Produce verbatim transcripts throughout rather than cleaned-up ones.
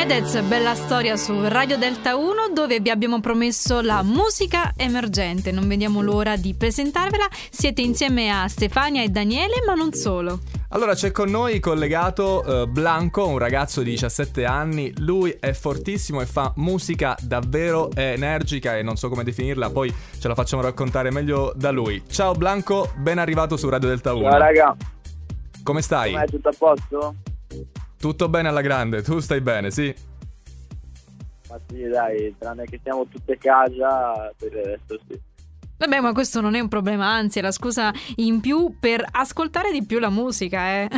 Fedez, bella storia su Radio Delta uno, dove vi abbiamo promesso la musica emergente. Non vediamo l'ora di presentarvela. Siete insieme a Stefania e Daniele, ma non solo. Allora c'è con noi collegato uh, Blanco, un ragazzo di diciassette anni. Lui è fortissimo e fa musica davvero energica e non so come definirla, poi ce la facciamo raccontare meglio da lui. Ciao Blanco, ben arrivato su Radio Delta uno. Ciao raga. Come stai? Com'è, tutto a posto? Tutto bene alla grande, tu stai bene, sì? Ma sì, dai, tranne che siamo tutti a casa, per il resto sì. Vabbè, ma questo non è un problema, anzi è la scusa in più per ascoltare di più la musica, eh.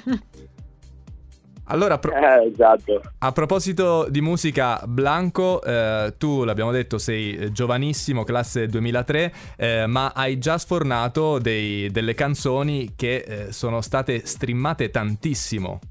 Allora, pro- eh, esatto. A proposito di musica, Blanco, eh, tu l'abbiamo detto, sei giovanissimo, classe duemilatré, eh, ma hai già sfornato dei, delle canzoni che eh, sono state streamate tantissimo.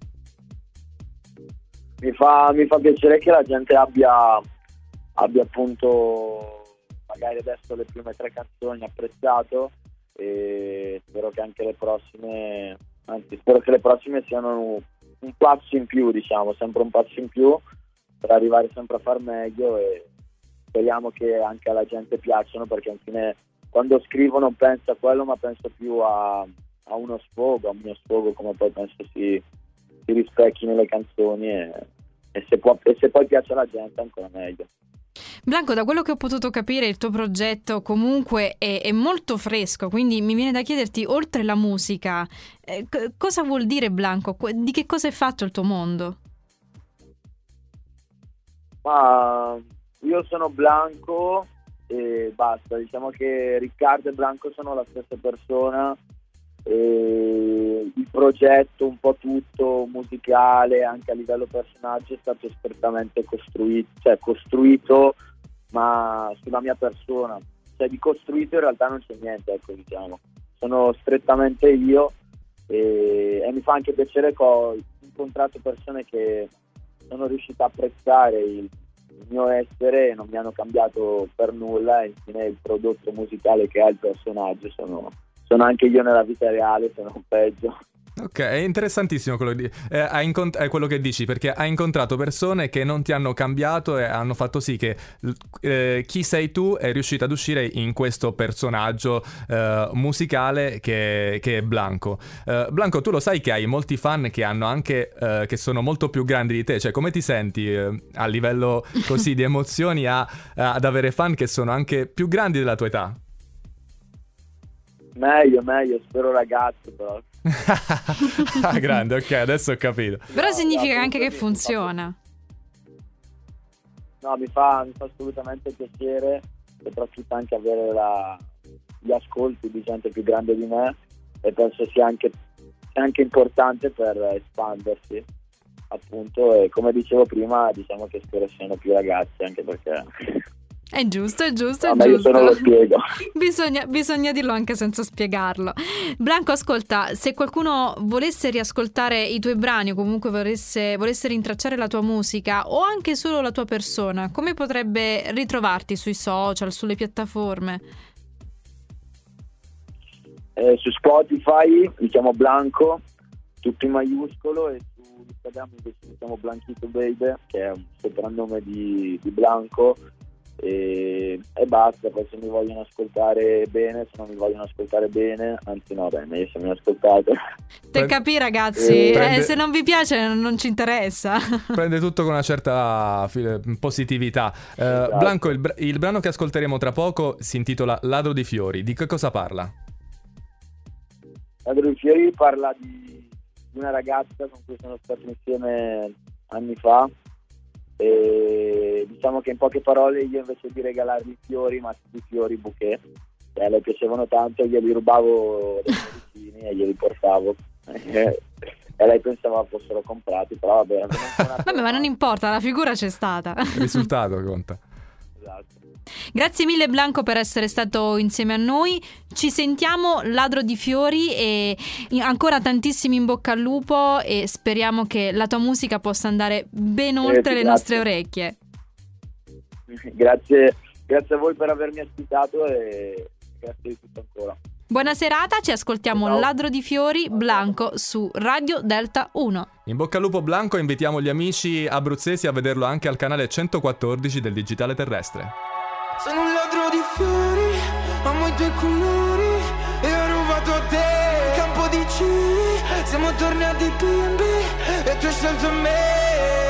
Mi fa, mi fa piacere che la gente abbia, abbia appunto magari adesso le prime tre canzoni apprezzato, e spero che anche le prossime, anzi spero che le prossime siano un, un passo in più, diciamo, sempre un passo in più per arrivare sempre a far meglio, e speriamo che anche alla gente piacciono, perché infine quando scrivo non penso a quello, ma penso più a, a uno sfogo, a un mio sfogo, come poi penso si si rispecchi nelle canzoni, e, e, se può, e se poi piace alla gente ancora meglio. Blanco, da quello che ho potuto capire il tuo progetto comunque è, è molto fresco, quindi mi viene da chiederti, oltre la musica, eh, c- cosa vuol dire Blanco? Di che cosa è fatto il tuo mondo? Ma io sono Blanco e basta, diciamo che Riccardo e Blanco sono la stessa persona. E il progetto, un po' tutto musicale, anche a livello personaggio, è stato espertamente costruito, cioè costruito, ma sulla mia persona. Cioè di costruito in realtà non c'è niente, ecco, diciamo. Sono strettamente io, e, e mi fa anche piacere che ho incontrato persone che sono riuscite a apprezzare il, il mio essere e non mi hanno cambiato per nulla, e infine il prodotto musicale che ha il personaggio sono Sono anche io nella vita reale, se non peggio. Ok, è interessantissimo quello, di, eh, hai incont- è quello che dici, perché hai incontrato persone che non ti hanno cambiato e hanno fatto sì che eh, chi sei tu è riuscito ad uscire in questo personaggio eh, musicale che, che è Blanco. Eh, Blanco, tu lo sai che hai molti fan che hanno anche eh, che sono molto più grandi di te, cioè come ti senti eh, a livello così di emozioni a, a, ad avere fan che sono anche più grandi della tua età? Meglio, meglio, spero ragazzi, però. Ah, grande, ok, adesso ho capito. Però No, significa no, anche che mi funziona. Fa... No, mi fa, mi fa assolutamente piacere, soprattutto anche avere la... gli ascolti di gente più grande di me, e penso sia anche, sia anche importante per espandersi, appunto, e come dicevo prima, diciamo che spero siano più ragazzi, anche perché... È giusto, è giusto, è no, ma io giusto. se non lo spiego. Bisogna, bisogna dirlo anche senza spiegarlo. Blanco, ascolta, se qualcuno volesse riascoltare i tuoi brani o comunque volesse, volesse rintracciare la tua musica o anche solo la tua persona, come potrebbe ritrovarti sui social, sulle piattaforme? Eh, su Spotify mi chiamo Blanco, tutto in maiuscolo, e su Instagram invece mi chiamo Blanchito Baby, che è un soprannome di, di Blanco. E, e basta. Poi se mi vogliono ascoltare bene, se non mi vogliono ascoltare bene, anzi no, beh, meglio se mi ascoltate. Te capì, ragazzi, Prende... eh, se non vi piace non ci interessa. Prende tutto con una certa positività. eh, Esatto. Blanco, il, br- il brano che ascolteremo tra poco si intitola Ladro di fiori. Di che cosa parla? Ladro di fiori parla di, di una ragazza con cui sono stato insieme anni fa, e diciamo che in poche parole io invece di regalargli fiori, ma di fiori bouquet, e a lei piacevano tanto, glieli rubavo dai miei vicini e glieli portavo, e lei pensava fossero comprati, però vabbè. Vabbè, ma non importa, la figura c'è stata. Il risultato conta. Esatto. Grazie mille Blanco per essere stato insieme a noi. Ci sentiamo, ladro di fiori, e ancora tantissimi in bocca al lupo, e speriamo che la tua musica possa andare ben oltre eh, le nostre orecchie. Grazie, grazie a voi per avermi ospitato, e grazie di tutto ancora. Buona serata, ci ascoltiamo Ciao. Ladro di Fiori, Blanco su Radio Delta uno. In bocca al lupo Blanco, invitiamo gli amici abruzzesi a vederlo anche al canale centoquattordici del Digitale Terrestre. Sono un ladro di fiori, amo i tuoi colori e ho rubato a te campo di C. Siamo tornati bimbi e tu hai scelto me.